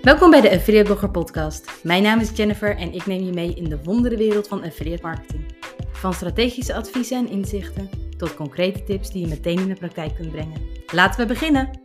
Welkom bij de Affiliate Blogger podcast. Mijn naam is Jennifer en ik neem je mee in de wonderenwereld van affiliate marketing. Van strategische adviezen en inzichten tot concrete tips die je meteen in de praktijk kunt brengen. Laten we beginnen!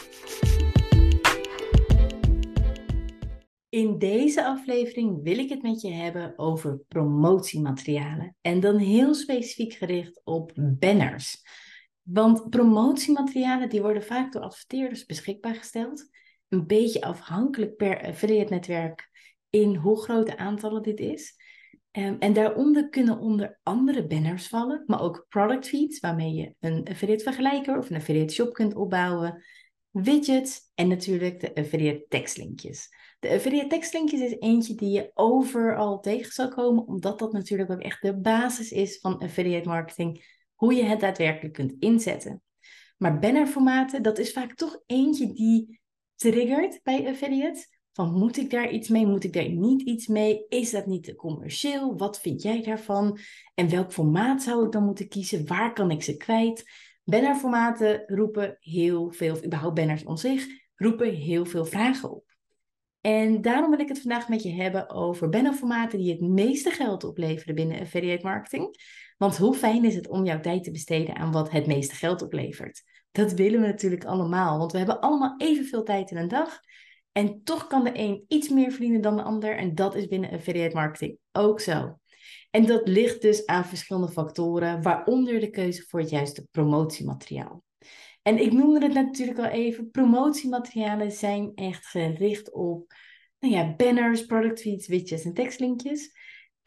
In deze aflevering wil ik het met je hebben over promotiematerialen. En dan heel specifiek gericht op banners. Want promotiematerialen die worden vaak door adverteerders beschikbaar gesteld. Een beetje afhankelijk per affiliate netwerk in hoe grote aantallen dit is. En daaronder kunnen onder andere banners vallen, maar ook product feeds waarmee je een affiliate vergelijker of een affiliate shop kunt opbouwen. Widgets en natuurlijk de affiliate tekstlinkjes. De affiliate tekstlinkjes is eentje die je overal tegen zal komen, omdat dat natuurlijk ook echt de basis is van affiliate marketing, hoe je het daadwerkelijk kunt inzetten. Maar bannerformaten, dat is vaak toch eentje die triggert bij affiliates. Van moet ik daar iets mee, moet ik daar niet iets mee? Is dat niet te commercieel? Wat vind jij daarvan? En welk formaat zou ik dan moeten kiezen? Waar kan ik ze kwijt? Bannerformaten roepen heel veel, of überhaupt banners om zich, roepen heel veel vragen op. En daarom wil ik het vandaag met je hebben over bannerformaten die het meeste geld opleveren binnen affiliate marketing. Want hoe fijn is het om jouw tijd te besteden aan wat het meeste geld oplevert? Dat willen we natuurlijk allemaal, want we hebben allemaal evenveel tijd in een dag. En toch kan de een iets meer verdienen dan de ander. En dat is binnen affiliate marketing ook zo. En dat ligt dus aan verschillende factoren, waaronder de keuze voor het juiste promotiemateriaal. En ik noemde het natuurlijk al even, promotiematerialen zijn echt gericht op banners, product feeds, widgets en tekstlinkjes.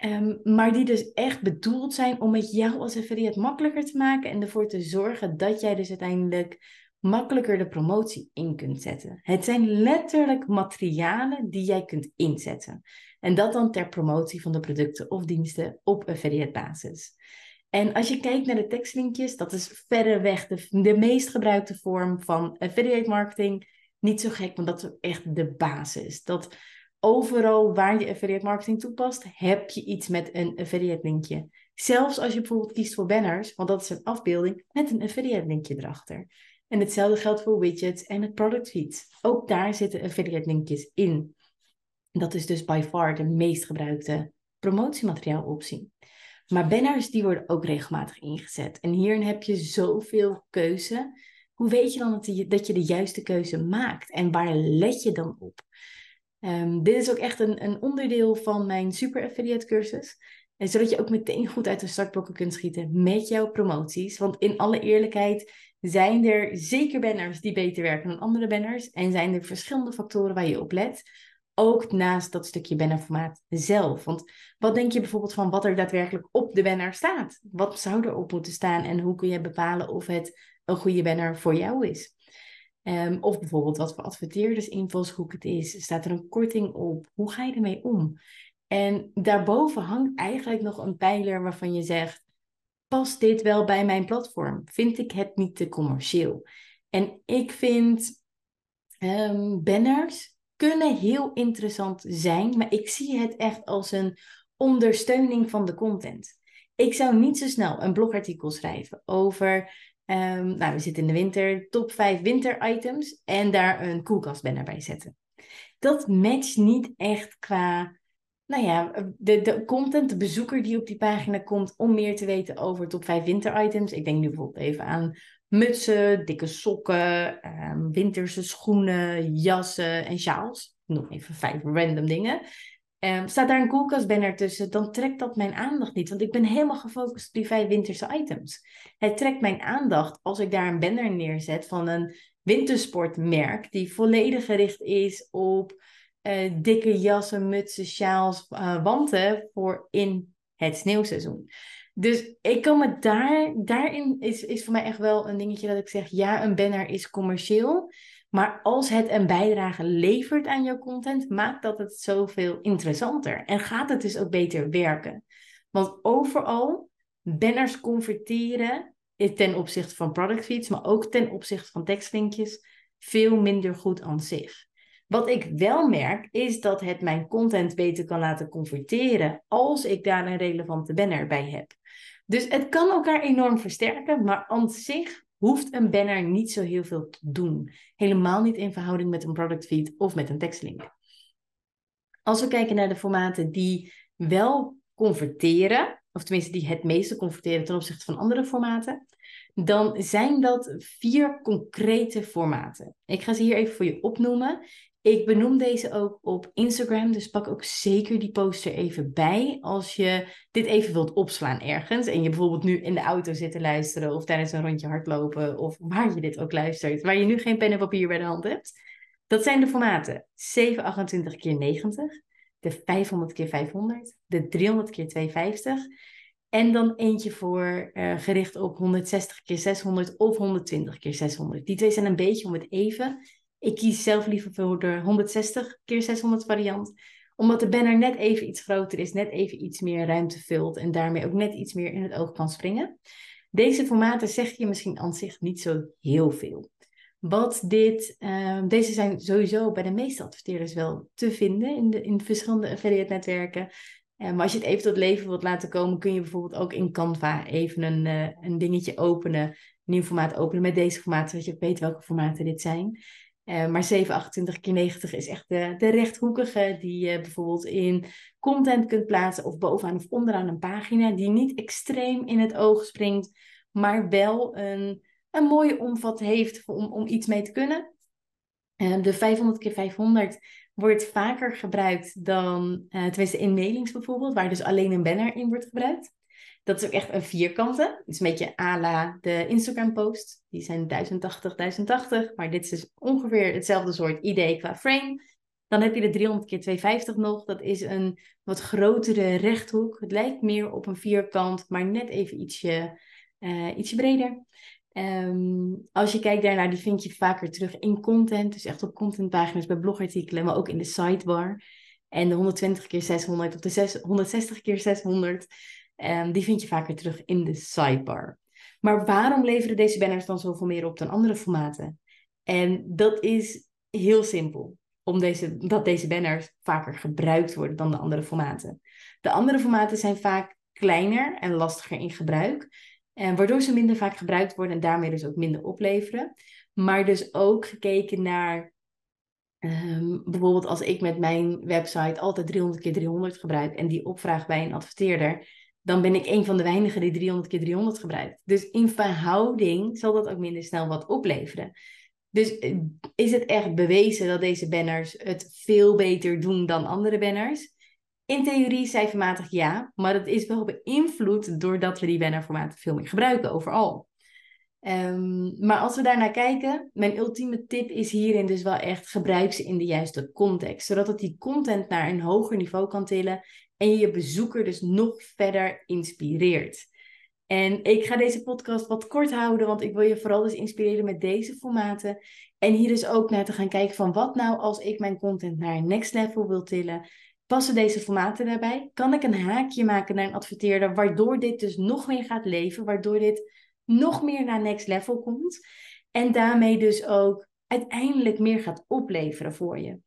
Maar die dus echt bedoeld zijn om het jou als affiliate makkelijker te maken en ervoor te zorgen dat jij dus uiteindelijk makkelijker de promotie in kunt zetten. Het zijn letterlijk materialen die jij kunt inzetten. En dat dan ter promotie van de producten of diensten op affiliate basis. En als je kijkt naar de tekstlinkjes, dat is verreweg de meest gebruikte vorm van affiliate marketing. Niet zo gek, want dat is echt de basis. Dat overal waar je affiliate marketing toepast, heb je iets met een affiliate linkje. Zelfs als je bijvoorbeeld kiest voor banners, want dat is een afbeelding met een affiliate linkje erachter. En hetzelfde geldt voor widgets en het product feeds. Ook daar zitten affiliate linkjes in. Dat is dus by far de meest gebruikte promotiemateriaaloptie. Maar banners die worden ook regelmatig ingezet. En hierin heb je zoveel keuze. Hoe weet je dan dat je de juiste keuze maakt? En waar let je dan op? Dit is ook echt een onderdeel van mijn super affiliate cursus. En zodat je ook meteen goed uit de startblokken kunt schieten met jouw promoties. Want in alle eerlijkheid zijn er zeker banners die beter werken dan andere banners. En zijn er verschillende factoren waar je op let. Ook naast dat stukje bannerformaat zelf. Want wat denk je bijvoorbeeld van wat er daadwerkelijk op de banner staat? Wat zou erop moeten staan en hoe kun je bepalen of het een goede banner voor jou is? Of bijvoorbeeld wat voor adverteerders invalshoek het is. Staat er een korting op? Hoe ga je ermee om? En daarboven hangt eigenlijk nog een pijler waarvan je zegt, past dit wel bij mijn platform? Vind ik het niet te commercieel? En ik vind banners kunnen heel interessant zijn, maar ik zie het echt als een ondersteuning van de content. Ik zou niet zo snel een blogartikel schrijven over, we zitten in de winter, top 5 winteritems en daar een koelkastbanner bij zetten. Dat matcht niet echt qua, de content, de bezoeker die op die pagina komt om meer te weten over top 5 winteritems. Ik denk nu bijvoorbeeld even aan mutsen, dikke sokken, winterse schoenen, jassen en sjaals. Nog even 5 random dingen. Staat daar een koelkastbanner tussen, dan trekt dat mijn aandacht niet. Want ik ben helemaal gefocust op die 5 winterse items. Het trekt mijn aandacht als ik daar een banner neerzet van een wintersportmerk die volledig gericht is op dikke jassen, mutsen, sjaals, wanten voor in het sneeuwseizoen. Dus ik kan me daarin is voor mij echt wel een dingetje dat ik zeg, ja, een banner is commercieel. Maar als het een bijdrage levert aan jouw content, maakt dat het zoveel interessanter. En gaat het dus ook beter werken. Want overal, banners converteren ten opzichte van product feeds, maar ook ten opzichte van tekstlinkjes, veel minder goed aan zich. Wat ik wel merk, is dat het mijn content beter kan laten converteren als ik daar een relevante banner bij heb. Dus het kan elkaar enorm versterken, maar aan zich hoeft een banner niet zo heel veel te doen. Helemaal niet in verhouding met een product feed of met een tekstlink. Als we kijken naar de formaten die wel converteren, of tenminste die het meeste converteren ten opzichte van andere formaten, dan zijn dat 4 concrete formaten. Ik ga ze hier even voor je opnoemen. Ik benoem deze ook op Instagram, dus pak ook zeker die post er even bij als je dit even wilt opslaan ergens en je bijvoorbeeld nu in de auto zit te luisteren of tijdens een rondje hardlopen of waar je dit ook luistert, waar je nu geen pen en papier bij de hand hebt. Dat zijn de formaten 728 keer 90, de 500 keer 500, de 300 keer 250 en dan eentje voor gericht op 160 keer 600 of 120 keer 600. Die twee zijn een beetje om het even. Ik kies zelf liever voor de 160 keer 600 variant, omdat de banner net even iets groter is, net even iets meer ruimte vult en daarmee ook net iets meer in het oog kan springen. Deze formaten zeg je misschien aan zich niet zo heel veel. Deze zijn sowieso bij de meeste adverteerders wel te vinden in verschillende affiliate netwerken. Maar als je het even tot leven wilt laten komen, kun je bijvoorbeeld ook in Canva even een dingetje openen, een nieuw formaat openen met deze formaten, zodat je ook weet welke formaten dit zijn. Maar 728 keer 90 is echt de rechthoekige die je bijvoorbeeld in content kunt plaatsen of bovenaan of onderaan een pagina die niet extreem in het oog springt, maar wel een mooie omvat heeft om iets mee te kunnen. De 500 keer 500 wordt vaker gebruikt dan, tenminste in mailings bijvoorbeeld, waar dus alleen een banner in wordt gebruikt. Dat is ook echt een vierkante. Het is een beetje à la de Instagram post. Die zijn 1080, 1080. Maar dit is dus ongeveer hetzelfde soort idee qua frame. Dan heb je de 300 keer 250 nog. Dat is een wat grotere rechthoek. Het lijkt meer op een vierkant, maar net even ietsje breder. Als je kijkt daarnaar, die vind je vaker terug in content. Dus echt op contentpagina's bij blogartikelen, maar ook in de sidebar. En de 120 keer 600 of de 160 keer 600, die vind je vaker terug in de sidebar. Maar waarom leveren deze banners dan zoveel meer op dan andere formaten? En dat is heel simpel. Dat deze banners vaker gebruikt worden dan de andere formaten. De andere formaten zijn vaak kleiner en lastiger in gebruik. Waardoor ze minder vaak gebruikt worden en daarmee dus ook minder opleveren. Maar dus ook gekeken naar bijvoorbeeld als ik met mijn website altijd 300 keer 300 gebruik en die opvraag bij een adverteerder, dan ben ik een van de weinigen die 300 keer 300 gebruikt. Dus in verhouding zal dat ook minder snel wat opleveren. Dus is het echt bewezen dat deze banners het veel beter doen dan andere banners? In theorie cijfermatig ja, maar dat is wel beïnvloed doordat we die bannerformaten veel meer gebruiken overal. Maar als we daarnaar kijken, mijn ultieme tip is hierin dus wel echt gebruik ze in de juiste context, zodat het die content naar een hoger niveau kan tillen en je bezoeker dus nog verder inspireert. En ik ga deze podcast wat kort houden, want ik wil je vooral dus inspireren met deze formaten. En hier dus ook naar te gaan kijken van wat nou als ik mijn content naar een next level wil tillen. Passen deze formaten daarbij? Kan ik een haakje maken naar een adverteerder, waardoor dit dus nog meer gaat leven, waardoor dit nog meer naar next level komt en daarmee dus ook uiteindelijk meer gaat opleveren voor je.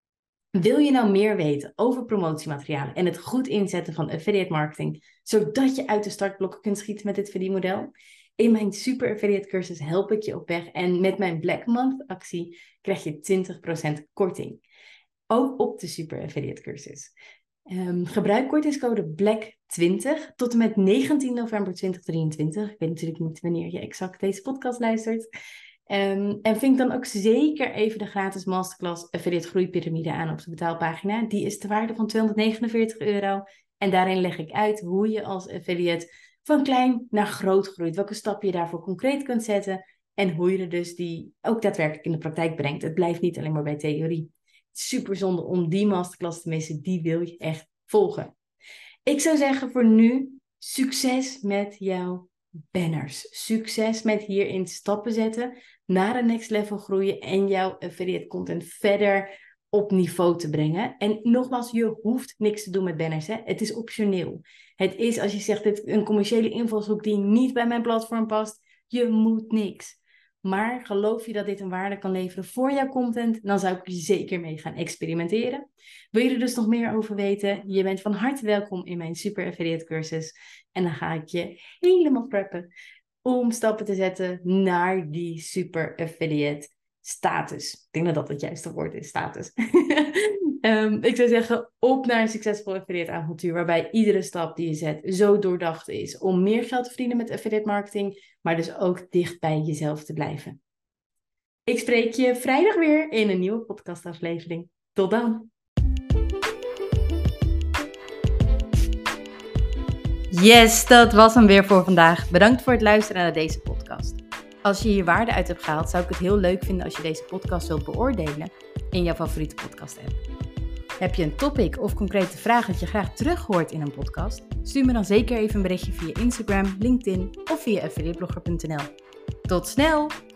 Wil je nou meer weten over promotiematerialen en het goed inzetten van affiliate marketing, zodat je uit de startblokken kunt schieten met dit verdienmodel? In mijn super affiliate cursus help ik je op weg en met mijn Black Month actie krijg je 20% korting. Ook op de super affiliate cursus. Gebruik kortingscode BLACK20 tot en met 19 november 2023. Ik weet natuurlijk niet wanneer je exact deze podcast luistert. En vink dan ook zeker even de gratis masterclass Affiliate Groeipyramide aan op de betaalpagina. Die is te waarde van €249. En daarin leg ik uit hoe je als affiliate van klein naar groot groeit. Welke stappen je daarvoor concreet kunt zetten. En hoe je er dus die ook daadwerkelijk in de praktijk brengt. Het blijft niet alleen maar bij theorie. Super zonde om die masterclass te missen. Die wil je echt volgen. Ik zou zeggen voor nu, succes met jouw banners. Succes met hierin stappen zetten naar een next level groeien en jouw affiliate content verder op niveau te brengen. En nogmaals, je hoeft niks te doen met banners. Hè? Het is optioneel. Het is, als je zegt, dit een commerciële invalshoek die niet bij mijn platform past, je moet niks. Maar geloof je dat dit een waarde kan leveren voor jouw content, dan zou ik er zeker mee gaan experimenteren. Wil je er dus nog meer over weten? Je bent van harte welkom in mijn super affiliate cursus. En dan ga ik je helemaal preppen om stappen te zetten naar die super affiliate status. Ik denk dat dat het juiste woord is, status. Ik zou zeggen, op naar een succesvol affiliate avontuur, waarbij iedere stap die je zet zo doordacht is om meer geld te verdienen met affiliate marketing, maar dus ook dicht bij jezelf te blijven. Ik spreek je vrijdag weer in een nieuwe podcastaflevering. Tot dan! Yes, dat was hem weer voor vandaag. Bedankt voor het luisteren naar deze podcast. Als je hier waarde uit hebt gehaald, zou ik het heel leuk vinden als je deze podcast wilt beoordelen in jouw favoriete podcast app. Heb je een topic of concrete vraag dat je graag terug hoort in een podcast? Stuur me dan zeker even een berichtje via Instagram, LinkedIn of via affiliateblogger.nl. Tot snel!